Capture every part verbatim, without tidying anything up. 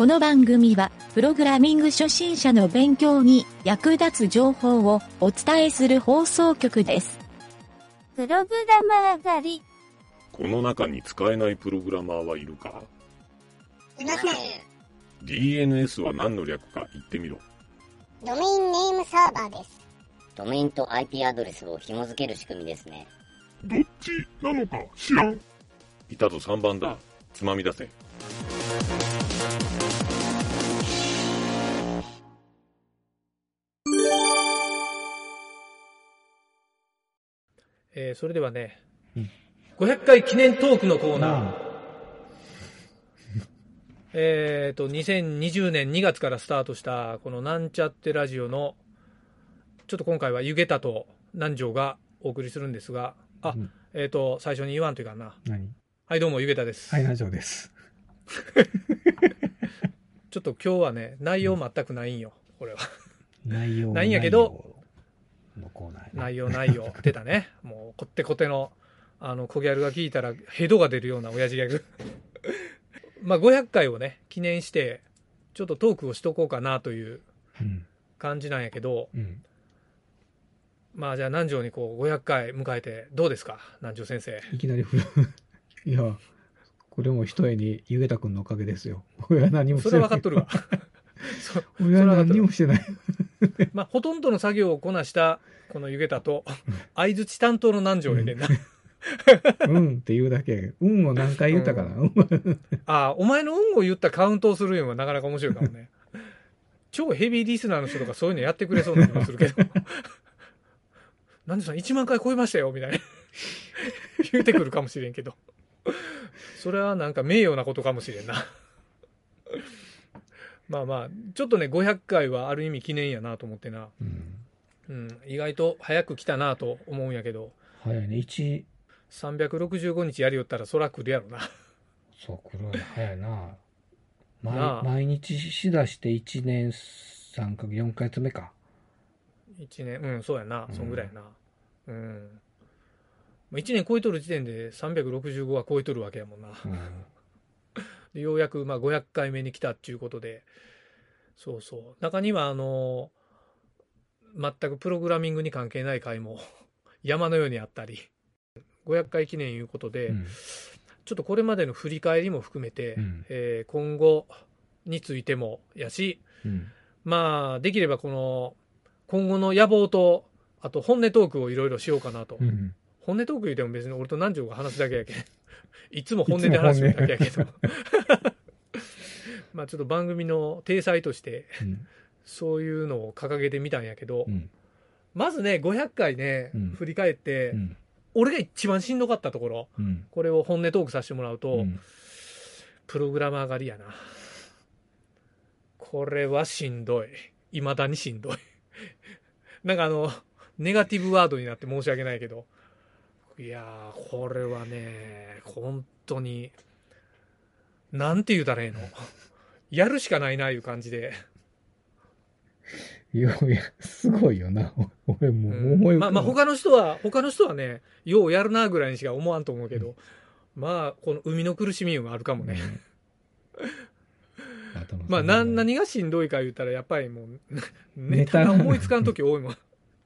の番組は、プログラミング初心者の勉強に役立つ情報をお伝えする放送局です。 プログラマー狩り。 この中に使えないプログラマーはいるか？ いません。 ディーエヌエス は何の略か言ってみろ。 ドメインネームサーバーです。 ドメインと アイピー アドレスを紐付ける仕組みですね。 どっちなのか知らん。いたぞさんばんだ。つまみ出せ。 えー、それではね、うん、ごひゃっかい記念トークのコーナー。うん、えっと、にせんにじゅうねんにがつからスタートしたこのなんちゃってラジオの、ちょっと今回はゆげたと南條がお送りするんですが、あ、うん、えっと、最初に言わんというかな。 何？ はい、どうもゆげたです。 はい、南條です。 ちょっと今日はね、内容全くないんよ、これは。 内容ないんやけど、 のコーナーね、 内容内容出たね。もうこってこてのあの小ギャルが聞いたらヘドが出るような親父ギャグ。まあごひゃっかいをね記念してちょっとトークをしとこうかなという感じなんやけど、うん、まあじゃあ南條にこうごひゃっかい迎えてどうですか南條先生。 いきなり振る。いやこれも一重にゆげたくんのおかげですよ。俺は何もしてない。 それは分かっとるわ。 そ俺は何もしてない。 まあほとんどの作業をこなしたこのゆげたと相づち担当の南條やねんな。 うんって言うだけ。うんを何回言ったかな。うん、 ああお前のうんを言ったカウントをするのはなかなか面白いかもね。超ヘビーリスナーの人とかそういうのやってくれそうな気もするけど。南條さんいちまんかい超えましたよみたいな言うてくるかもしれんけど。それはなんか名誉なことかもしれんな。まあまあちょっとねごひゃっかいはある意味記念やなと思ってな、うんうん、意外と早く来たなと思うんやけど。 早いね。 さんびゃくろくじゅうごにちやりよったらそら来るやろな。 そう来る早いな。毎, 毎日しだしていちねんさんかげつよんかげつめか。いちねんうんそうやな、うん、そんぐらいやな。うんいちねん超えとる時点でさんびゃくろくじゅうごは超えとるわけやもんな、うん、でようやくまあごひゃっかいめに来たっていうことで、そうそう中にはあの全くプログラミングに関係ない回も山のようにあったり、ごひゃっかい記念いうことで、うん、ちょっとこれまでの振り返りも含めて、うんえー、今後についてもやし、うん、まあできればこの今後の野望とあと本音トークをいろいろしようかなと、うん本音トーク言うても別に俺と南條が話すだけやけんいつも本音で話すだけやけどまあちょっと番組の体裁としてそういうのを掲げてみたんやけど、うん、まずねごひゃっかいね、うん、振り返って、うん、俺が一番しんどかったところ、うん、これを本音トークさせてもらうと、うん、プログラマー狩りやな。これはしんどい。未だにしんどいなんかあのネガティブワードになって申し訳ないけど、いやーこれはね本当になんて言うたらええのやるしかないないう感じで。 いやいやすごいよな俺もう思い、 うん、まあまあ他の人は他の人はねようやるなぐらいにしか思わんと思うけど、うん、まあこの生みの苦しみがあるかもね、うん、まあな何がしんどいか言ったらやっぱりもうネタが思いつかん時多いもん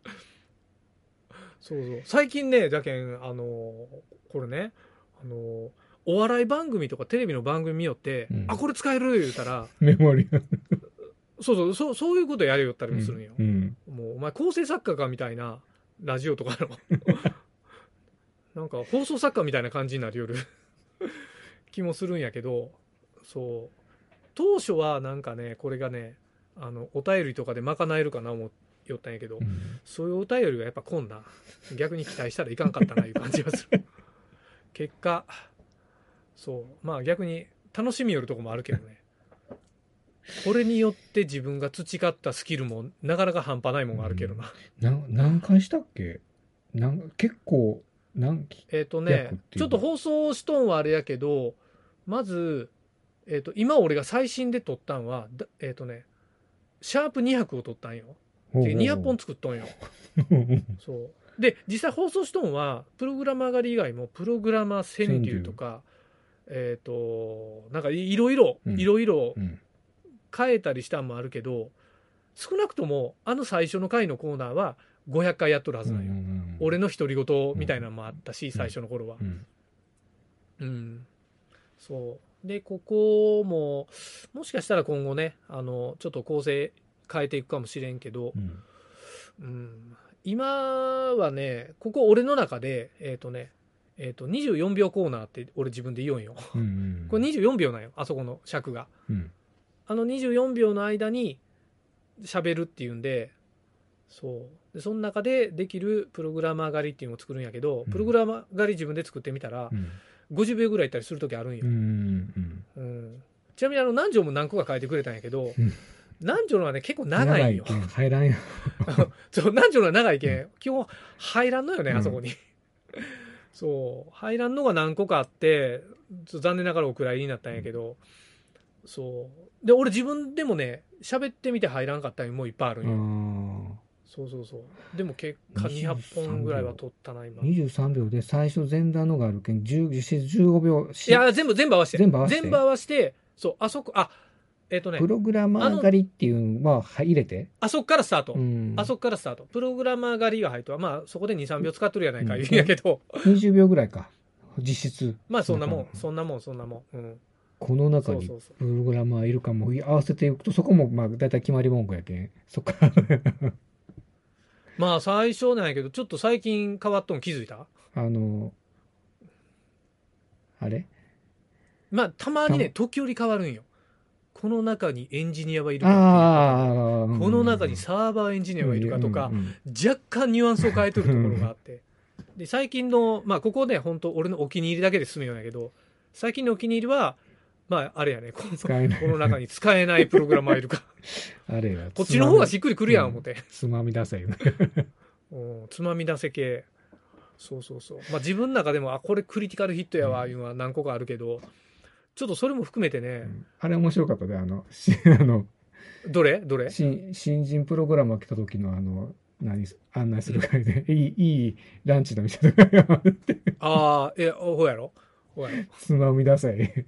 そうそう最近ねだけんあのこれねあのお笑い番組とかテレビの番組見よって、うん、あこれ使える言うたらメモリーそうそうそうそういうことやれよったりもするんよ、うんうん、もうお前構成作家かみたいなラジオとかのなんか放送作家みたいな感じになるよる気もするんやけど、そう当初はなんかねこれがねあのお便りとかで賄えるかな思ってよったんやけど、うん、そういうお便りがやっぱこんな逆に期待したらいかんかったないう感じがする結果そうまあ逆に楽しみよるとこもあるけどねこれによって自分が培ったスキルもなかなか半端ないもんがあるけどな、 うん、な何回したっけなん結構何期えっ、ー、とねちょっと放送しとんはあれやけどまず、えー、と今俺が最新で撮ったんはえっ、ー、とねシャープにひゃくを撮ったんよ。にひゃっぽん作っとんよそうで実際放送しとんはプログラマー狩り以外もプログラマー川柳とかえっ、ー、となんかいろいろいろいろ変えたりしたんもあるけど、少なくともあの最初の回のコーナーはごひゃっかいやっとるはずなんよ、うんうんうん、俺の独り言みたいなのもあったし、うん、最初の頃は、うんうん、そうでここももしかしたら今後ねあのちょっと構成変えていくかもしれんけど、うんうん、今はねここ俺の中でえっ、ー、とねえー、とにじゅうよんびょうコーナーって俺自分で言おんよ、うんうん、これにじゅうよんびょうなんよあそこの尺が、うん、あのにじゅうよんびょうの間に喋るっていうんで、そうでその中でできるプログラマー狩りっていうのを作るんやけど、うん、プログラマー狩り自分で作ってみたら、うん、ごじゅうびょうぐらいいったりする時あるんよ、うんうんうん、ちなみにあの南條も何個か書いてくれたんやけど、うん、南條のはね結構長いんよ、 長い入らんよそう南條のは長いけん、うん、基本入らんのよね、うん、あそこにそう入らんのが何個かあって残念ながらお蔵入りになったんやけど、うん、そうで俺自分でもね喋ってみて入らんかったのもいっぱいあるんよ。そうそうそうでも結果にひゃっぽんぐらいは取ったな今。 にじゅうさんびょうで最初前段のがあるけんじゅう、じゅうごびょういや全部全部合わせて全部合わせて全部合わせてそうあそこあえっとねプログラマー狩りっていうのは入れてあそこからスタート、うん、あそこからスタートプログラマー狩りが入ったまあそこで にさんびょう使っとるやないか言うんやけど、 うん、にじゅうびょうぐらいか実質まあそんなもんそんなもんそんなもん、うん、 この中にプログラマーいるかも合わせていくとそこもまあだいたい決まり文句やけんそっからまあ最初なんやけどちょっと最近変わったの気づいたあのあれまあたまにね時折変わるんよこの中にエンジニアはいるかっていうこの中にサーバーエンジニアはいるかとか、うんうんうん、若干ニュアンスを変えとるところがあってで最近のまあここね本当俺のお気に入りだけで済むようだけど最近のお気に入りはまああれやねこの、この中に使えないプログラマーいるかあれやこっちの方がしっくりくるやん思って、うん、 つまみ出せつまみ出せ系そうそうそうまあ自分の中でもあこれクリティカルヒットやわいうのは何個かあるけど、うんちょっとそれも含めてね、うん、 あれ面白かったであのあのどれどれ新新人プログラマー来た時のあの何案内する会で、うん、いいいいランチの店とかああえほうやろほうやろつまみ出せえ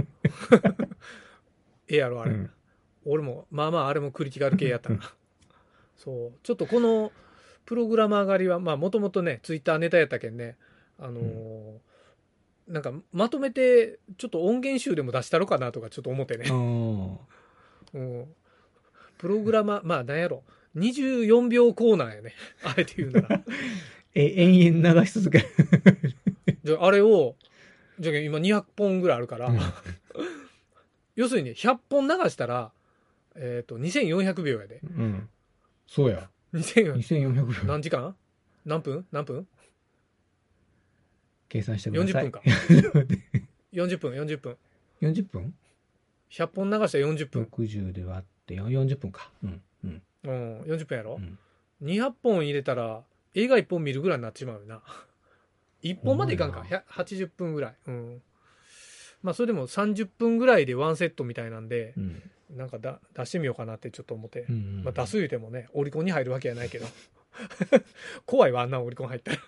えやろあれ、うん、俺もまあまああれもクリティカル系やったなそうちょっとこのプログラマー狩りはまあもともとねツイッターネタやったけんねあのーうんなんかまとめてちょっと音源集でも出したろかなとかちょっと思ってね、うん、プログラマーまあなんやろにじゅうよんびょうコーナーやねあえて言うならえ延々流し続けるじゃああれをじゃあ今にひゃっぽんぐらいあるから、うん、要するにねひゃっぽん流したらえっ、ー、とにせんよんひゃくびょうやで、 うん、そうやにせんよんひゃくびょう何時間何分何分計算してください。 よんじゅっぷんか。よんじゅっぷん、よんじゅっぷん。 よんじゅっぷん ? ひゃっ 本流したらよんじゅっぷん。 ろくじゅうで割ってよんじゅっぷんか。うん。うん。 うん、よんじゅっぷんやろ、うん、にひゃっぽん入れたら映画いっぽん見るぐらいになっちまうよな。いっぽんまでいかんか。はちじゅっぷんぐらい。うん。まあそれでもさんじゅっぷんぐらいでワンセットみたいなんで、うん、なんかだ出してみようかなってちょっと思って。うんうんうん、まあ出す言うてもね、オリコンに入るわけやないけど。怖いわ、あんなオリコン入ったら。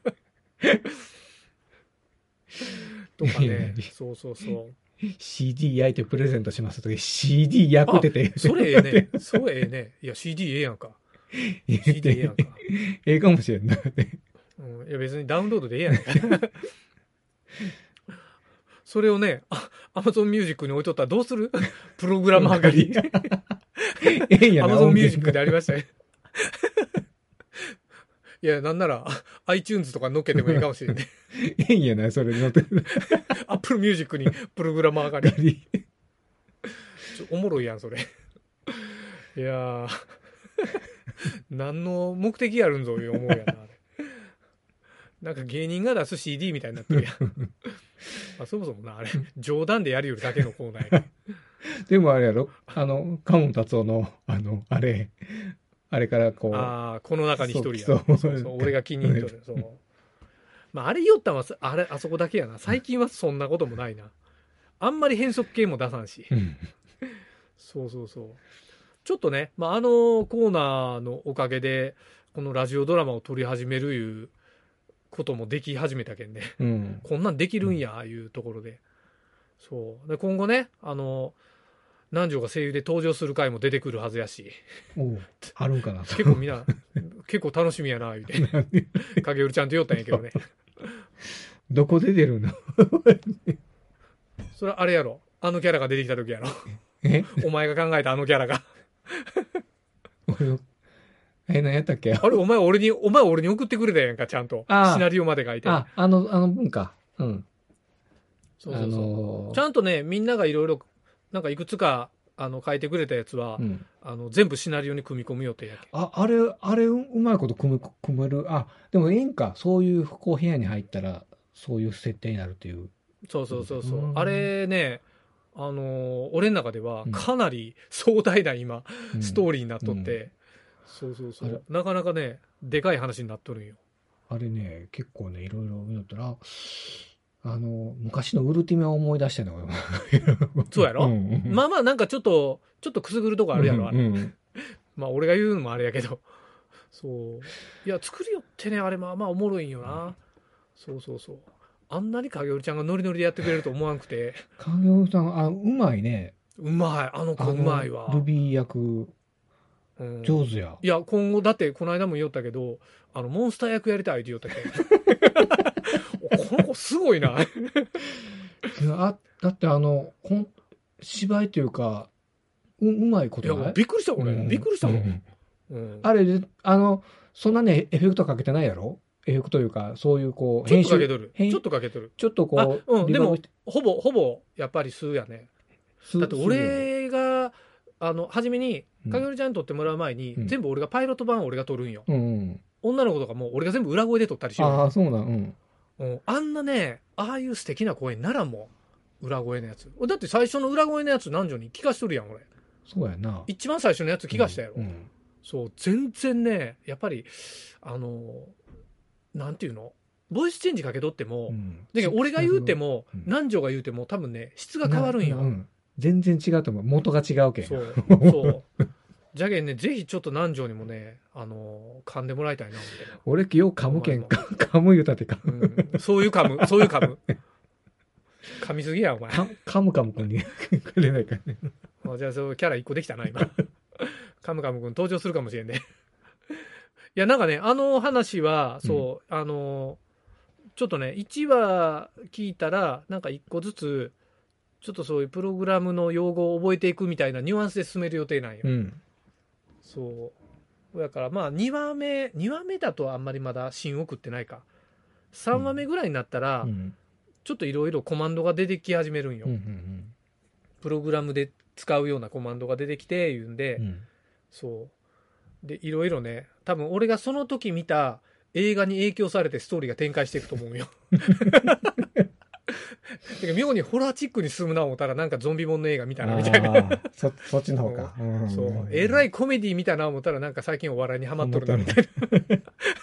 とかね、そうそうそう。 シーディー 焼いてプレゼントしますとき シーディー 焼くてて。 それええね。それええね。いや シーディー ええやんか。シーディー ええやんか。 ええかもしれんな。 うん、いや別にダウンロードでええやんか。それをね、Amazon Music に置いとったらどうする？プログラマー狩り。 ええやな。 Amazon Music でありましたね。いや、なんなら iTunes とか載っけてもいいかもしれんね。 ええんやな、それ載ってる。 Apple Music にプログラマー狩り。ちょおもろいやん、それ。いやー、何の目的やるんぞ、いう思うやな、あれ。なんか芸人が出す シーディー みたいになってるやん。あそもそもな、あれ、冗談でやりよるだけのコーナーや。 でもあれやろ、あの、カモン達夫の、あの、あれ、あれからこう。 ああ、この中に一人や。 そうそうそうそう、俺が気に入っとる。そう。まあ、あれ言ったんは、あれ、あそこだけやな。最近はそんなこともないな。あんまり変則系も出さんし。そうそうそう。ちょっとね、まあ、あのコーナーのおかげで、このラジオドラマを撮り始めるいうこともでき始めたけんね。うん、こんなんできるんや、いうところで。そう。で、今後ね、あの、 南條が声優で登場する回も出てくるはずやし。 おうあるんかな。 結構みんな、結構楽しみやな、言うて。影織ちゃんと言おったんやけどね。 どこで出るのそれはあれやろ。あのキャラが出てきた時やろ。 えお前が考えたあのキャラが。 俺のえ、何やったっけあれ、お前俺に、お前俺に送ってくれたやんか、ちゃんと。 ああシナリオまで書いて。 あ、あの、あの文か。うん。 そうそうそう。 あのーちゃんとね、みんながいろいろ、なんかいくつか、あの、書いてくれたやつは、 うん。 あの、全部シナリオに組み込む予定やけん。 あ、あれ、あれ、ううまいこと組む、組める。あ、でもええんか。そういう、こう、部屋に入ったら、そういう設定になるっていう。 そうそうそうそう。 うんあれね、あのー俺の中ではうんかなり壮大な今、 うんストーリーになっとって、 うんそうそうそあれう。なかなかね、でかい話になっとるんよ。 あれね、結構ね、いろいろ見よったら、あの、昔のウルティメを思い出してんのよ。 そうやろ、 うんまあまあなんかちょっと、ちょっとくすぐるとこあるやろ、あれ。 うんうんまあ俺が言うのもあれやけど。そう。いや、作りよってね、あれまあまあおもろいんよな。そうそうそう。あんなに影織ちゃんがノリノリでやってくれると思わんくて。 影尾さん、あ、うまいね。 うまい。あの子あのうまいわ。 ルビー役、 うん上手や。 いや、今後、だって、この間も言おったけど、あの、モンスター役やりたいって言おったけど。この子すごいな。 いやあだってあの、ほん芝居というか、ううまいこいや、 とないびっくりした、俺。 うんびっくりしたも。 うんんうんあれで、あの、そんなね、エフェクトかけてないやろエフェクトというか、そういうこう、 ちょっとかけとる。 編ちょっとかけとる。 ちょっとあこう、 うん、でもリバーブ、 ほぼ、ほぼ、やっぱり数やね。 すだって、俺が、あの、初めに、 うん影織ちゃんに撮ってもらう前に、 うん全部俺がパイロット版を俺が撮るんよ。 うんうん。 女の子とかも俺が全部裏声で撮ったりしよああ、そうなん、うん。 う。うんあんなね、ああいう素敵な声ならもう、裏声のやつ。だって最初の裏声のやつ南條に聞かしとるやん、俺。 そうやな。 一番最初のやつ聞かしたやろ。 うん。 そう、全然ね、やっぱり、あの、なんていうのボイスチェンジかけとっても、 うんだけど俺が言うても、 うん南條が言うても、多分ね、質が変わるんよ。 なうん全然違うと思う。元が違うけん。 そう、そう。じゃけんね、ぜひちょっと南條にもね、あの、噛んでもらいたいな、 俺、よう噛むけん、噛む言うたってか。 思って。うん、そういう噛む、そういう噛む。噛みすぎや、お前。 か噛む噛むくんにくれないからね。 あじゃあ、そうキャラ一個できたな、今。カムカムくん登場するかもしれんね。いや、なんかね、あの話は、そう、あの、ちょっとね、いちわ聞いたら、なんかいっこずつ、ちょっとそういうプログラムの用語を覚えていくみたいなニュアンスで進める予定なんよ。 うん。 そう。だからまあにわめ、にわめだとあんまりまだ芯を食ってないか。さんわめぐらいになったら、 うん。 ちょっといろいろコマンドが出てき始めるんよ。 うん。うん。 プログラムで使うようなコマンドが出てきて、言うんで、 うん。 そう。で、いろいろね、多分俺がその時見た映画に影響されてストーリーが展開していくと思うよ。てか妙にホラーチックに進むな思ったらなんかゾンビもんの映画見たなみたいな。 あーそ、そっちの方か。んそう。えらいコメディ見たな思ったらなんか最近お笑いにハマっとるなみたいな。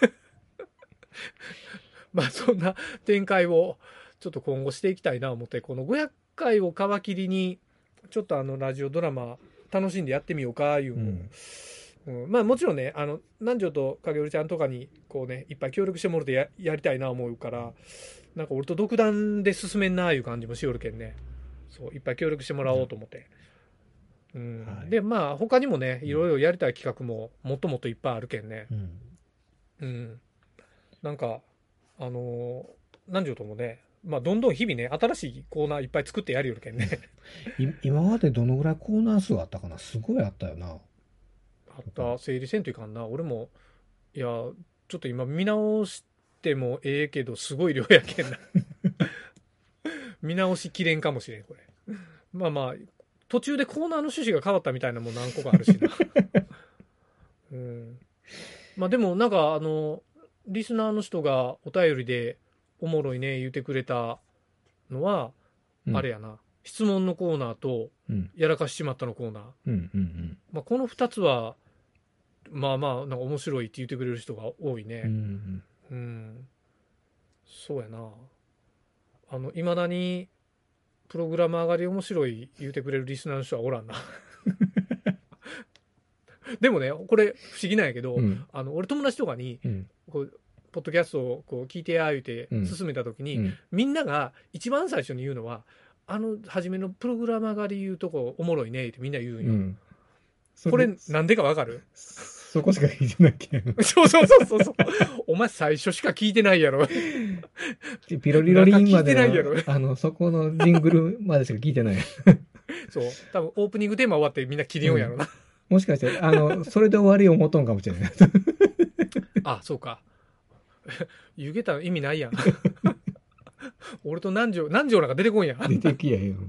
まあそんな展開をちょっと今後していきたいな思って、このごひゃっかいを皮切りにちょっとあのラジオドラマ楽しんでやってみようかいうのを、 うんうんまあもちろんね、あの南條と影織ちゃんとかにこうねいっぱい協力してもらってややりたいな思うから、なんか俺と独断で進めんないう感じもしよるけんね、そういっぱい協力してもらおうと思って、うんはいでまあ他にもねいろいろやりたい企画ももっともっといっぱいあるけんね、 うん。 うん、なんかあのー南條ともね、まあどんどん日々ね新しいコーナーいっぱい作ってやるよるけんね。 い今までどのぐらいコーナー数あったかなすごいあったよな。 あった整理せんといかんな。俺もいやちょっと今見直してもええけどすごい量やけんな。見直しきれんかもしれんこれ。まあまあ途中でコーナーの趣旨が変わったみたいなのも何個かあるしな。うん、まあでもなんかあのリスナーの人がお便りでおもろいね言ってくれたのは、 うんあれやな質問のコーナーとうん。 やらかしちまったのコーナー。 うん。うん。 まあ、このふたつはまあまあなんか面白いって言ってくれる人が多いね。 うん。 うん、そうやな。あのいまだにプログラム上がり面白い言うてくれるリスナーの人はおらんな。でもねこれ不思議なんやけど、 うん。 あの俺友達とかにうん。 こうポッドキャストをこう聞いてや言うてうん進めた時に、 うん。 みんなが一番最初に言うのはあの初めのプログラマーが言うとこおもろいねってみんな言うんよ、 うん、 これなんでかわかる？ そこしか聞いてないけどそうそうそうそうそうお前最初しか聞いてないやろピロリロリンまでなんか聞いてないやろあのそこのジングルまでしか聞いてないそう多分オープニングテーマ終わってみんな切りようやろな、うん、 もしかしてあのそれで終わりを思っとんかもしれないあそうか湯気た意味ないやん俺と南條南條なんか出てこんやん出てきやよ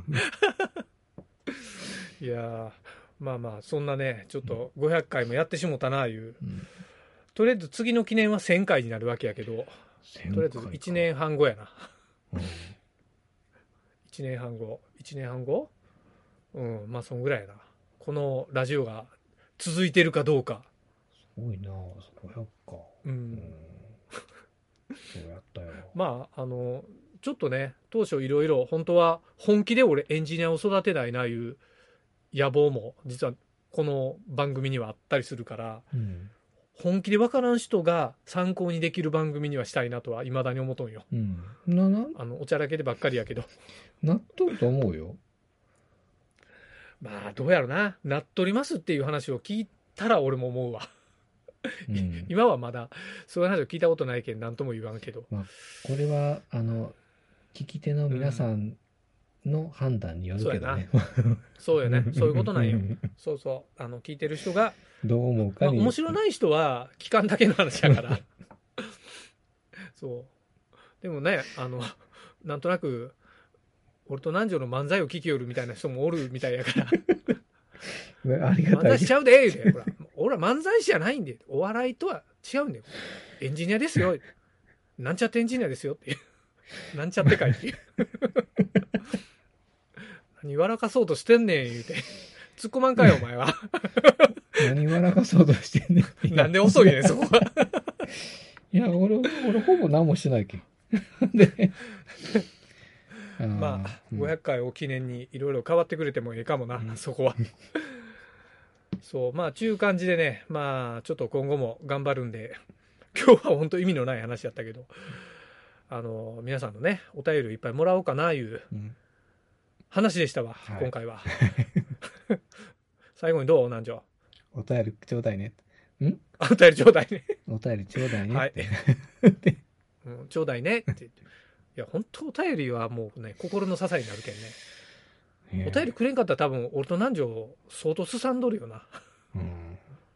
いやーまあまあそんなねちょっとごひゃっかいもやってしもたないう、うん、とりあえず次の記念はせんかいになるわけやけどとりあえずいちねんはんごやな、うん、いちねんはんごいちねんはんごうんまあそんぐらいやなこのラジオが続いてるかどうかすごいなごひゃっかうん、うん、そうやったよまああのちょっとね当初いろいろ本当は本気で俺エンジニアを育てないないう野望も実はこの番組にはあったりするから、うん、本気で分からん人が参考にできる番組にはしたいなとはいまだに思とんよ、うん、ななあのおちゃらけでばっかりやけどなっとると思うよまあどうやろななっとりますっていう話を聞いたら俺も思うわ、うん、今はまだそういう話を聞いたことないけん何とも言わんけど、まあ、 これはあの聞き手の皆さんの判断によるけどね、 うん、そうよねそういうことなんよそうそうあの聞いてる人がどう思うかに、 まあ、面白ない人は聞かんだけの話やからそうでもねあのなんとなく俺と南條の漫才を聞きよるみたいな人もおるみたいやからありがたい漫才しちゃうで言うてほら俺は漫才師じゃないんでお笑いとは違うんだよエンジニアですよなんちゃってエンジニアですよってなんちゃってかいっていう何笑かそうとしてんねん言うて突っ込まんかよお前は何笑かそうとしてんねんなんで遅いねんそこはいや俺俺ほぼ何もしてないけんでまあごひゃっかいを記念にいろいろ変わってくれてもいいかもな、うん、そこはそうまあちゅう感じでねまあちょっと今後も頑張るんで今日は本当意味のない話だったけどあの皆さんのねお便りをいっぱいもらおうかないう話でしたわ、うん、今回は、はい、最後にどう南條お便りちょうだいねんお便りちょうだいねお便りちょうだいねはい、うん、ちょうだいねって言っていや本当お便りはもうね心の支えになるけんねお便りくれんかったら多分俺と南條相当すさんどるよな、うん、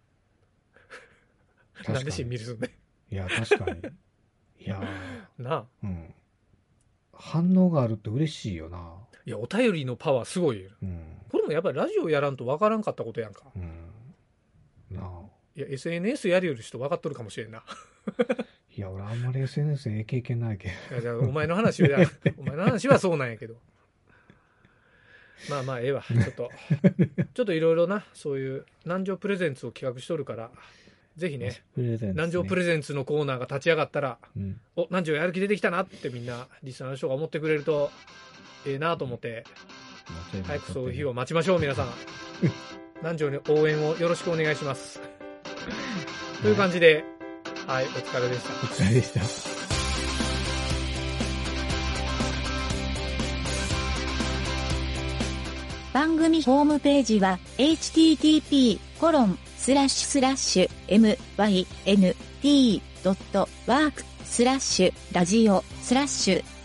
なんでしんみるすんねいや確かにいやなあ、 うん、反応があるって嬉しいよな。 いやお便りのパワーすごいよ、うん、これもやっぱりラジオやらんと分からんかったことやんか、うん、なあいや エスエヌエス やりよる人分かっとるかもしれんないや俺あんまり エスエヌエス ええ経験ないけどいやじゃあお前の話はお前の話はそうなんやけどまあまあええわちょっとちょっといろいろなそういう南條プレゼンツを企画しとるからぜひね、ね南條プレゼンツのコーナーが立ち上がったら、うん、お南條やる気出てきたなってみんなリスナーの人が思ってくれるとええなと思って、うん、早くそういう日を待ちましょう皆さん南條に応援をよろしくお願いしますという感じではいお疲れでしたお疲れでした番組ホームページは エイチティーティーピーコロンスラッシュスラッシュエムワイエヌティードットワークスラッシュラジオスラッシュ